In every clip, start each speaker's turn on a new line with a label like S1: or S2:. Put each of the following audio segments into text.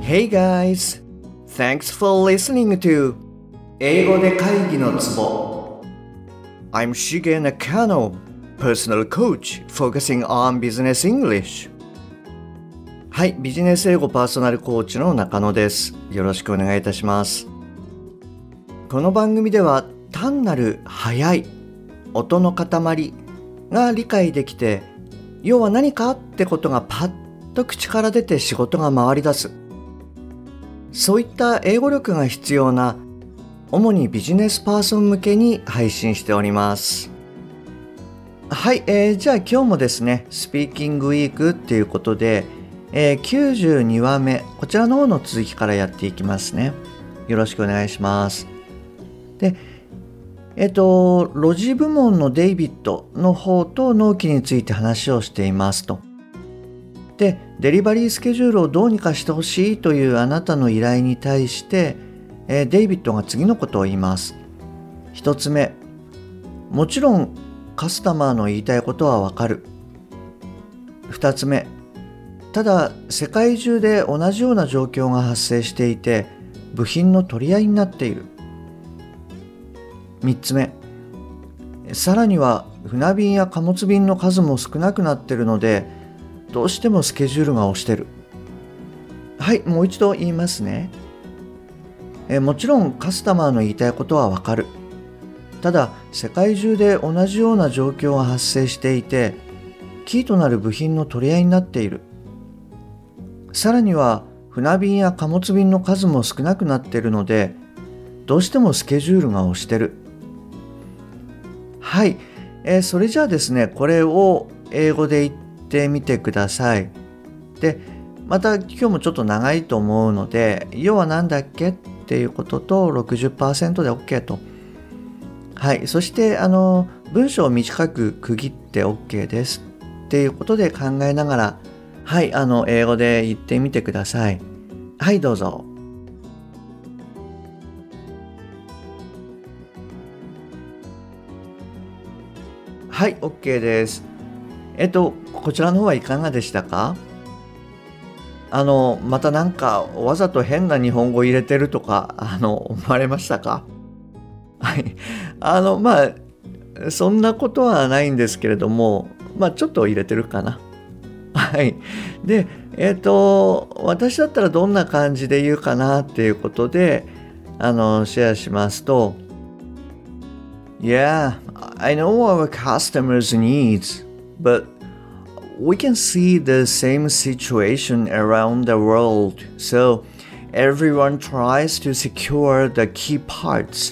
S1: Hey guys! Thanks for listening to 英語で会議のツボ I'm Shige Nakano, personal coach focusing on business English. はい、ビジネス英語パーソナルコーチの中野です。よろしくお願いいたします。この番組では単なる速い音の塊が理解できて、要は何かってことがパッと口から出て仕事が回り出す。そういった英語力が必要な主にビジネスパーソン向けに配信しております。はい、じゃあ今日もですね、スピーキングウィークっていうことで、92話目、こちらの方の続きからやっていきますね。よろしくお願いします。で、ロジ部門のデイビッドの方と納期について話をしていますと。で、デリバリースケジュールをどうにかしてほしいというあなたの依頼に対して、デイビッドが次のことを言います。一つ目、もちろんカスタマーの言いたいことはわかる。二つ目、ただ世界中で同じような状況が発生していて、部品の取り合いになっている。三つ目、さらには船便や貨物便の数も少なくなっているので、どうしてもスケジュールが押してる。はい、もう一度言いますね。もちろんカスタマーの言いたいことはわかる。ただ世界中で同じような状況が発生していて、キーとなる部品の取り合いになっている。さらには船便や貨物便の数も少なくなっているので、どうしてもスケジュールが押してる。はい、それじゃあですね、これを英語で言ってみてください。で、また今日もちょっと長いと思うので、要は何だっけっていうことと 60% で OK と。はい、そして文章を短く区切って OK ですっていうことで考えながら、はい、英語で言ってみてください。はい、どうぞ。はい、OK です。こちらの方はいかがでしたか？またなんかわざと変な日本語入れてるとか、思われましたか？はい。そんなことはないんですけれども、ちょっと入れてるかな。はい。で、私だったらどんな感じで言うかなっていうことで、シェアしますと、Yeah, I know our customers' needs, but we can see the same situation around the world, so everyone tries to secure the key parts.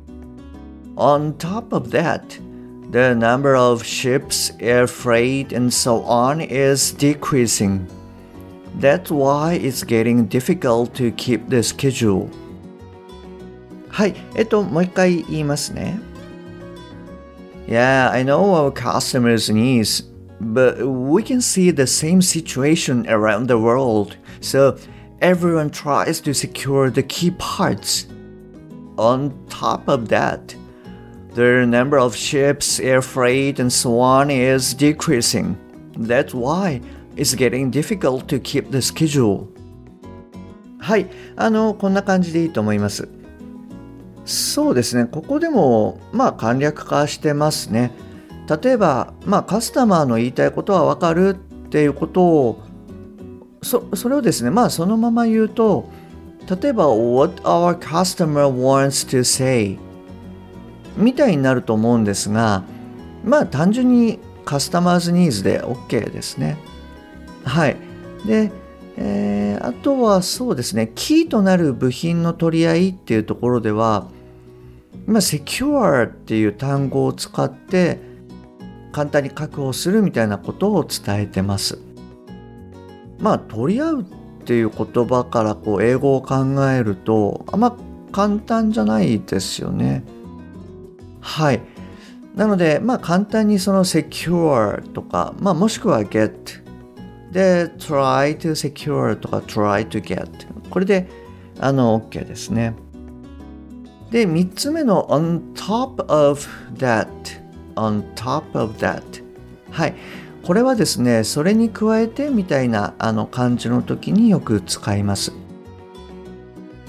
S1: On top of that, the number of ships, air freight, and so on is decreasing. That's why it's getting difficult to keep the schedule. はい、もう一回言いますね。Yeah, I know our customers' needs, but we can see the same situation around the world, so everyone tries to secure the key parts. On top of that, the number of ships, air freight, and so on is decreasing. That's why it's getting difficult to keep the schedule. はい、こんな感じでいいと思います。そうですね、ここでも簡略化してますね。例えば、カスタマーの言いたいことはわかるっていうことを、それをですね、そのまま言うと、例えば What our customer wants to say みたいになると思うんですが、単純にカスタマーズニーズで OK ですね。はい。で、あとはそうですね、キーとなる部品の取り合いっていうところでは、secure っていう単語を使って簡単に確保するみたいなことを伝えてます。取り合うっていう言葉から英語を考えると簡単じゃないですよね。はい。なので簡単にその secure とか、もしくは get で try to secure とか try to get これでOK ですね。で、3つ目の on top of that on top of that はい。ここれはですね、それに加えてみたいな感じの時によく使います。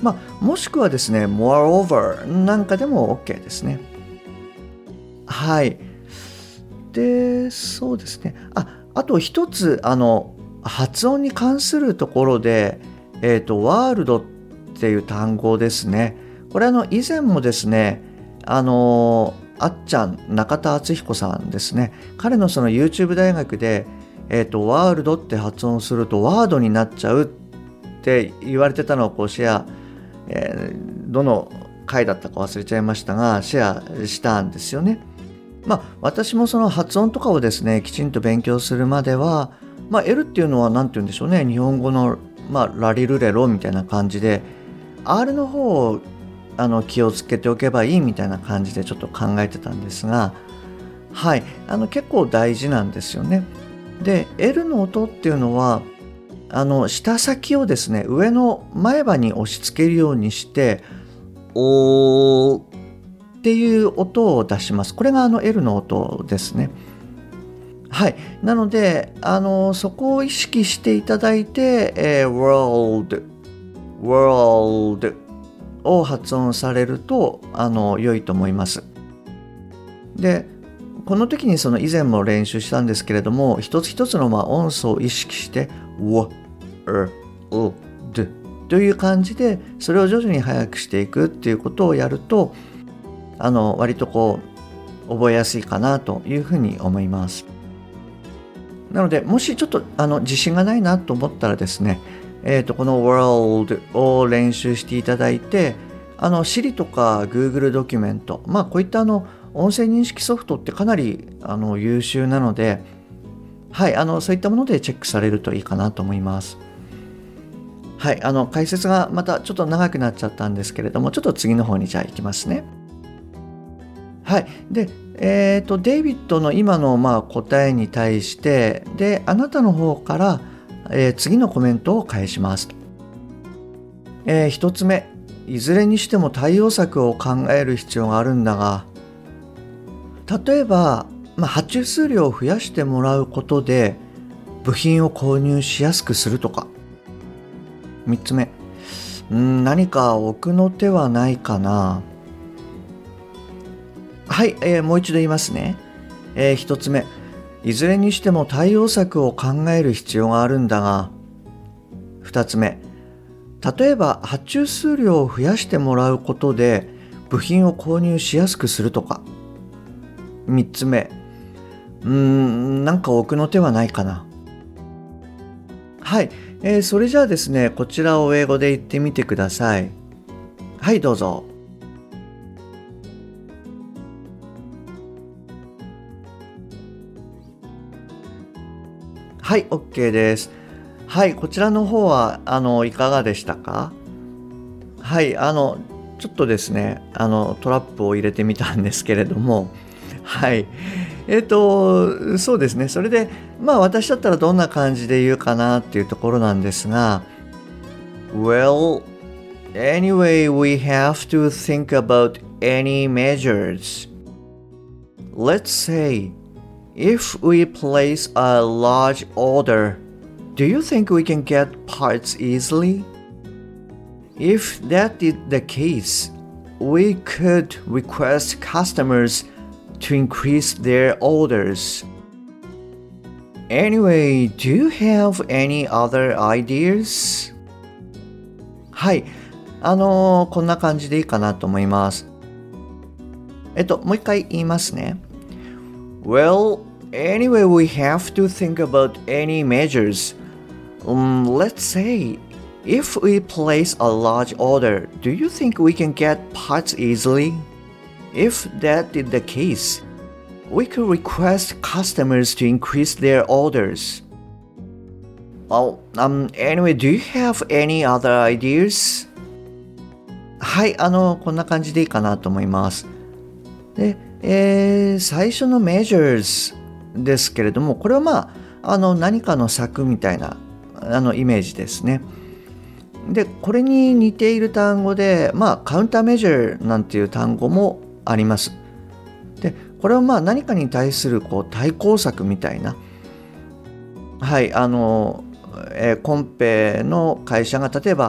S1: もしくはですね moreover なんかでも OK ですね。はい。で、そうですね。あと一つ発音に関するところでワールドっていう単語ですね。これ以前もですねあっちゃん中田敦彦さんですね。彼のその YouTube 大学でワールドって発音するとワードになっちゃうって言われてたのをこうシェア、どの回だったか忘れちゃいましたがシェアしたんですよね。私もその発音とかをですねきちんと勉強するまでは、L っていうのは何て言うんでしょうね、日本語の、ラリルレロみたいな感じで R の方を気をつけておけばいいみたいな感じでちょっと考えてたんですが、はい、結構大事なんですよね。で L の音っていうのは舌先をですね上の前歯に押し付けるようにしておーっていう音を出します。これがL の音ですね。はい。なのでそこを意識していただいて、world を発音されると良いと思います。でこの時にその以前も練習したんですけれども、一つ一つの音素を意識してw d という感じでそれを徐々に速くしていくっていうことをやると割とこう覚えやすいかなというふうに思います。なのでもしちょっと自信がないなと思ったらですね、この World を練習していただいてSiri とか Google ドキュメント、こういった音声認識ソフトってかなり優秀なので、はい、そういったものでチェックされるといいかなと思います。はい、解説がまたちょっと長くなっちゃったんですけれども、ちょっと次の方にじゃあ行きますね。はい。で、デイビッドの今の答えに対して、で、あなたの方から、次のコメントを返します。一つ目、いずれにしても対応策を考える必要があるんだが、例えば、発注数量を増やしてもらうことで、部品を購入しやすくするとか。三つ目、何か奥の手はないかな。はい、もう一度言いますね。一つ目、いずれにしても対応策を考える必要があるんだが、二つ目、例えば発注数量を増やしてもらうことで部品を購入しやすくするとか。三つ目、なんか奥の手はないかな。はい、それじゃあですね、こちらを英語で言ってみてください。はい、どうぞ。はい、OK です。はい、こちらの方はいかがでしたか？はい、ちょっとですね、トラップを入れてみたんですけれども、はい。そうですね。それで、私だったらどんな感じで言うかなっていうところなんですが、Well, anyway, we have to think about any measures. Let's say, if we place a large order, do you think we can get parts easily? If that is the case, we could request customers to increase their orders. Anyway, do you have any other ideas? はい、こんな感じでいいかなと思います。もう一回言いますね。Well, anyway, we have to think about any measures. Let's say, if we place a large order, do you think we can get parts easily? If that is the case, we could request customers to increase their orders. Well, anyway, do you have any other ideas? はい、こんな感じでいいかなと思います。で、最初の measures ですけれども、これは何かの策みたいなイメージですね。で、これに似ている単語で、カウンターメジャーなんていう単語もあります。で、これは何かに対する対抗策みたいな、はい、コンペの会社が例えば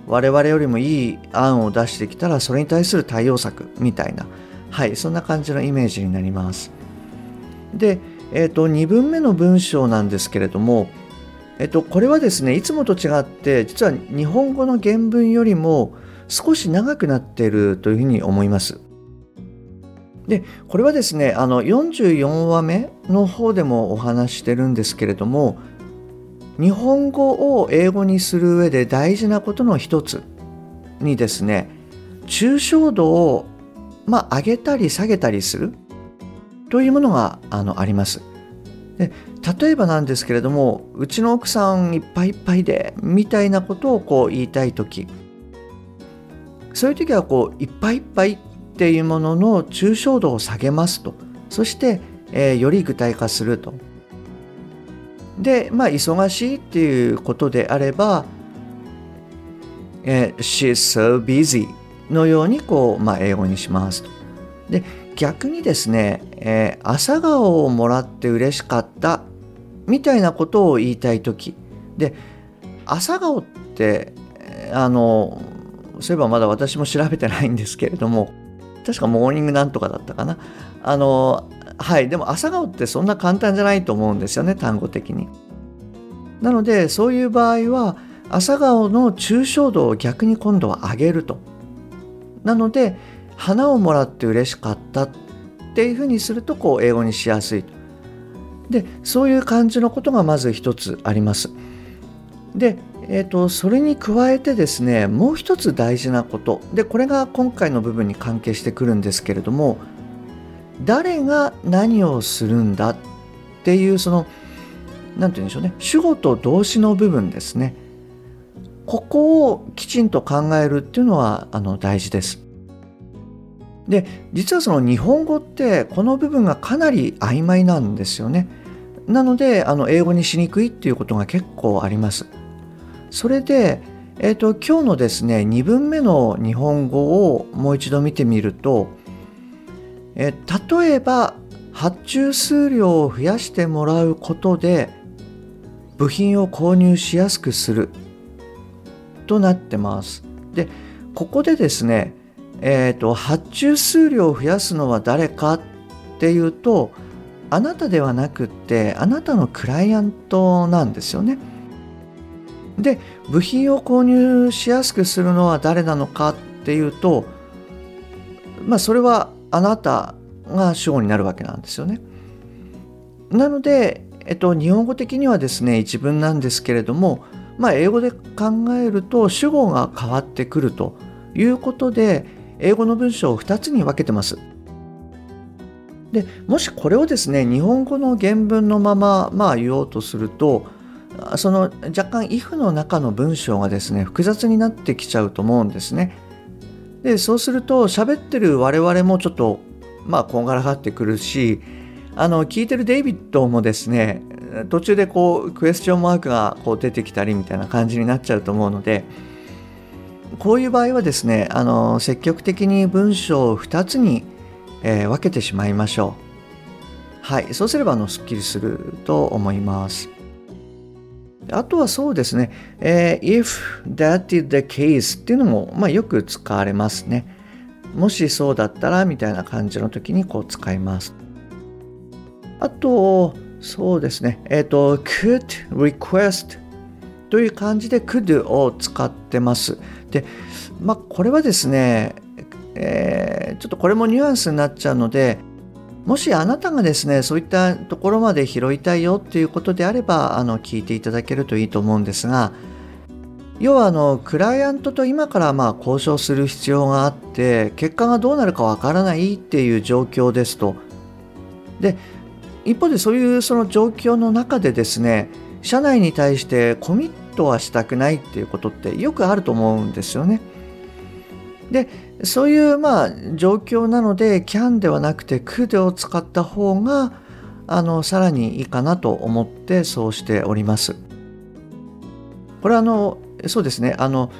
S1: 我々よりもいい案を出してきたらそれに対する対応策みたいな、そんな感じのイメージになります。で、2文目の文章なんですけれども、これはですね、いつもと違って実は日本語の原文よりも少し長くなっているというふうに思います。で、これはですね、44話目の方でもお話してるんですけれども、日本語を英語にする上で大事なことの一つにですね、抽象度を上げたり下げたりするというものがあります。で、例えばなんですけれども、うちの奥さんいっぱいいっぱいでみたいなことを言いたいとき、そういう時はいっぱいいっぱいっていうものの抽象度を下げますと。そして、より具体化すると。で、忙しいっていうことであれば、She's so busy のように英語にしますと。で、逆にですね、朝顔をもらって嬉しかったみたいなことを言いたいときで、朝顔ってそういえばまだ私も調べてないんですけれども、確かモーニングなんとかだったかな。でも朝顔ってそんな簡単じゃないと思うんですよね、単語的に。なのでそういう場合は朝顔の抽象度を逆に今度は上げると。なので花をもらって嬉しかったっていうふうにすると英語にしやすいと。で、そういう感じのことがまず一つあります。で、それに加えてですね、もう一つ大事なことで、これが今回の部分に関係してくるんですけれども、誰が何をするんだっていうなんて言うんでしょうね、主語と動詞の部分ですね。ここをきちんと考えるっていうのは大事です。で、実は日本語ってこの部分がかなり曖昧なんですよね。なので英語にしにくいっていうことが結構あります。それで、今日のですね2文目の日本語をもう一度見てみると、例えば発注数量を増やしてもらうことで部品を購入しやすくするとなってます。で、ここでですね、発注数量を増やすのは誰かっていうと、あなたではなくってあなたのクライアントなんですよね。で、部品を購入しやすくするのは誰なのかっていうと、それはあなたが主語になるわけなんですよね。なので、日本語的にはですね一文なんですけれども、英語で考えると主語が変わってくるということで、英語の文章を2つに分けてます。で、もしこれをですね日本語の原文のまま言おうとすると、若干 if の中の文章がですね複雑になってきちゃうと思うんですね。で、そうすると喋ってる我々もちょっとこんがらがってくるし、聞いてるデイビッドもですね途中でクエスチョンマークが出てきたりみたいな感じになっちゃうと思うので、こういう場合はですね積極的に文章を2つに、分けてしまいましょう。そうすればすっきりすると思います。あとはそうですね、if that is the case っていうのも、よく使われますね。もしそうだったらみたいな感じの時に使います。あと、そうですね、could request という感じで could を使ってます。で、これはですね、ちょっとこれもニュアンスになっちゃうので、もしあなたがですねそういったところまで拾いたいよっていうことであれば聞いていただけるといいと思うんですが、要はクライアントと今から交渉する必要があって結果がどうなるかわからないっていう状況ですと。で、一方でそういうその状況の中でですね、社内に対してコミットはしたくないっていうことってよくあると思うんですよね。で、そういう状況なので can ではなくて could を使った方がさらにいいかなと思ってそうしております。これはそうですね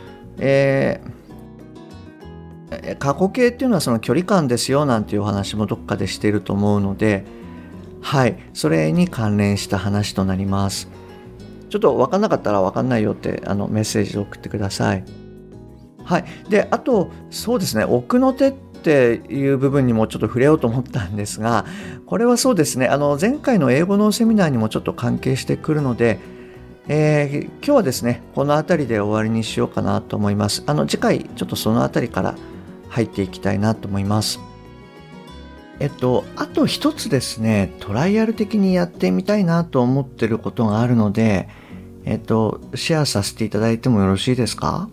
S1: 過去形っていうのはその距離感ですよなんていうお話もどっかでしていると思うので、それに関連した話となります。ちょっと分かんなかったら分かんないよってメッセージを送ってください。 はい。で、あと、そうですね、奥の手っていう部分にもちょっと触れようと思ったんですが、これはそうですね、前回の英語のセミナーにもちょっと関係してくるので、今日はですね、この辺りで終わりにしようかなと思います。次回、ちょっとその辺りから入っていきたいなと思います。あと一つですね、トライアル的にやってみたいなと思ってることがあるので、シェアさせていただいてもよろしいですか？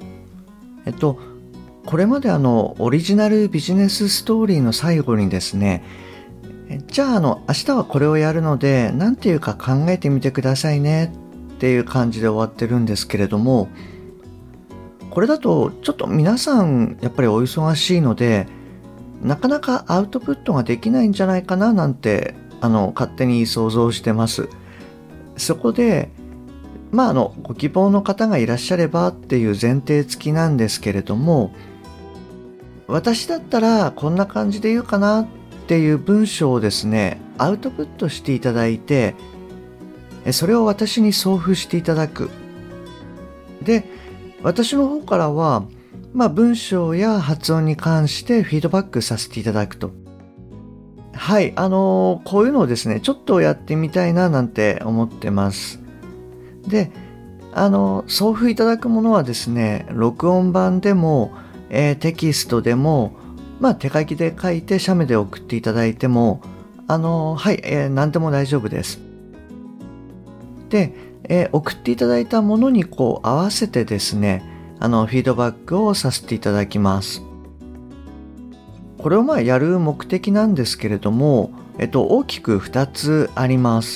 S1: これまでオリジナルビジネスストーリーの最後にですね、じゃあ明日はこれをやるので、なんていうか考えてみてくださいねっていう感じで終わってるんですけれども、これだとちょっと皆さんやっぱりお忙しいので、なかなかアウトプットができないんじゃないかななんて、勝手に想像してます。そこで、ご希望の方がいらっしゃればっていう前提付きなんですけれども、私だったらこんな感じで言うかなっていう文章をですね、アウトプットしていただいて、それを私に送付していただく。で、私の方からは、文章や発音に関してフィードバックさせていただくと。はい、こういうのをですね、ちょっとやってみたいななんて思ってます。で、送付いただくものはですね、録音版でも、テキストでも、手書きで書いて写メで送っていただいても、はい、何でも大丈夫です。で、送っていただいたものに合わせてですね、フィードバックをさせていただきます。これをやる目的なんですけれども、大きく2つあります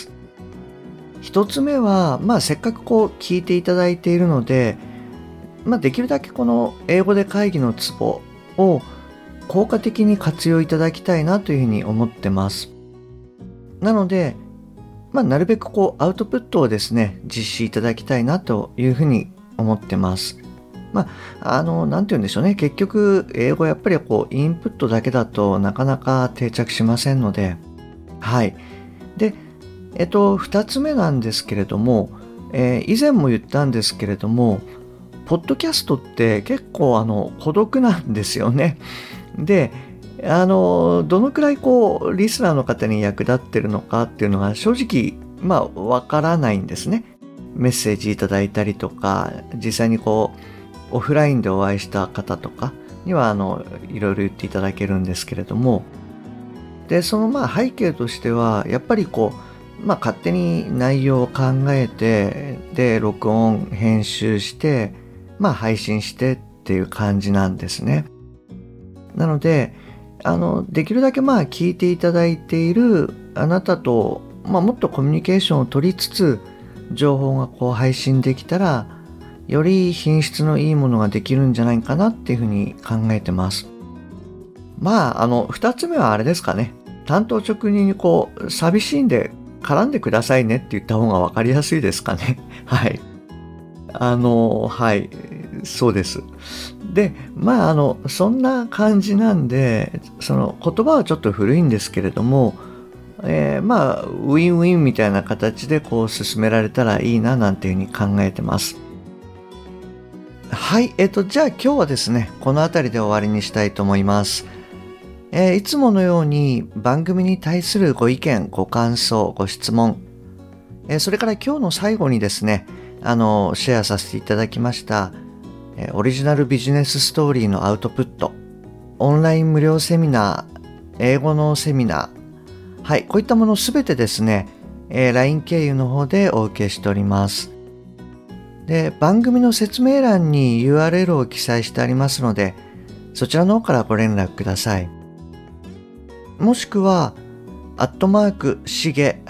S1: 。1つ目は、せっかく聞いていただいているので、できるだけこの英語で会議のツボを効果的に活用いただきたいなというふうに思ってます。なので、なるべくアウトプットをですね、実施いただきたいなというふうに思ってます。なんて言うんでしょうね。結局、英語やっぱりインプットだけだとなかなか定着しませんので、はい。で、二つ目なんですけれども、以前も言ったんですけれども、ポッドキャストって結構孤独なんですよね。で、どのくらいリスナーの方に役立ってるのかっていうのが正直、わからないんですね。メッセージいただいたりとか、実際にオフラインでお会いした方とかにはいろいろ言っていただけるんですけれども、で、その背景としては、やっぱり勝手に内容を考えて、で、録音、編集して、配信してっていう感じなんですね。なので、できるだけ聞いていただいているあなたと、もっとコミュニケーションを取りつつ、情報が配信できたら、より品質のいいものができるんじゃないかなっていうふうに考えてます。二つ目はあれですかね。単刀直入に寂しいんで絡んでくださいねって言った方がわかりやすいですかね。はい。はい。そうです。で、そんな感じなんで、その言葉はちょっと古いんですけれども、ウィンウィンみたいな形で進められたらいいななんていうふうに考えてます。はい。じゃあ今日はですね、この辺りで終わりにしたいと思います。いつものように番組に対するご意見、ご感想、ご質問、それから今日の最後にですね、シェアさせていただきました、オリジナルビジネスストーリーのアウトプット、オンライン無料セミナー、英語のセミナー、はい、こういったものすべてですね、LINE 経由の方でお受けしております。で、番組の説明欄に URL を記載してありますので、そちらの方からご連絡ください。もしくは、しげ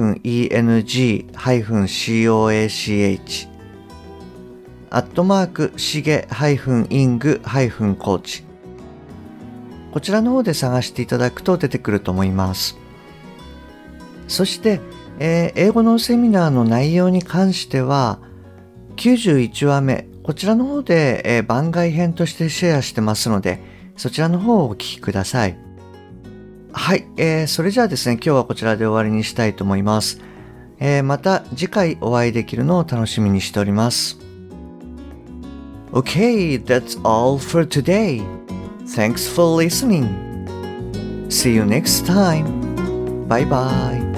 S1: -eng-coach、しげ-ing-coach、こちらの方で探していただくと出てくると思います。そして、英語のセミナーの内容に関しては、91話目、こちらの方で、番外編としてシェアしてますので、そちらの方をお聞きください。はい、それじゃあですね、今日はこちらで終わりにしたいと思います。また次回お会いできるのを楽しみにしております。 Okay, that's all for today. Thanks for listening. See you next time. Bye bye.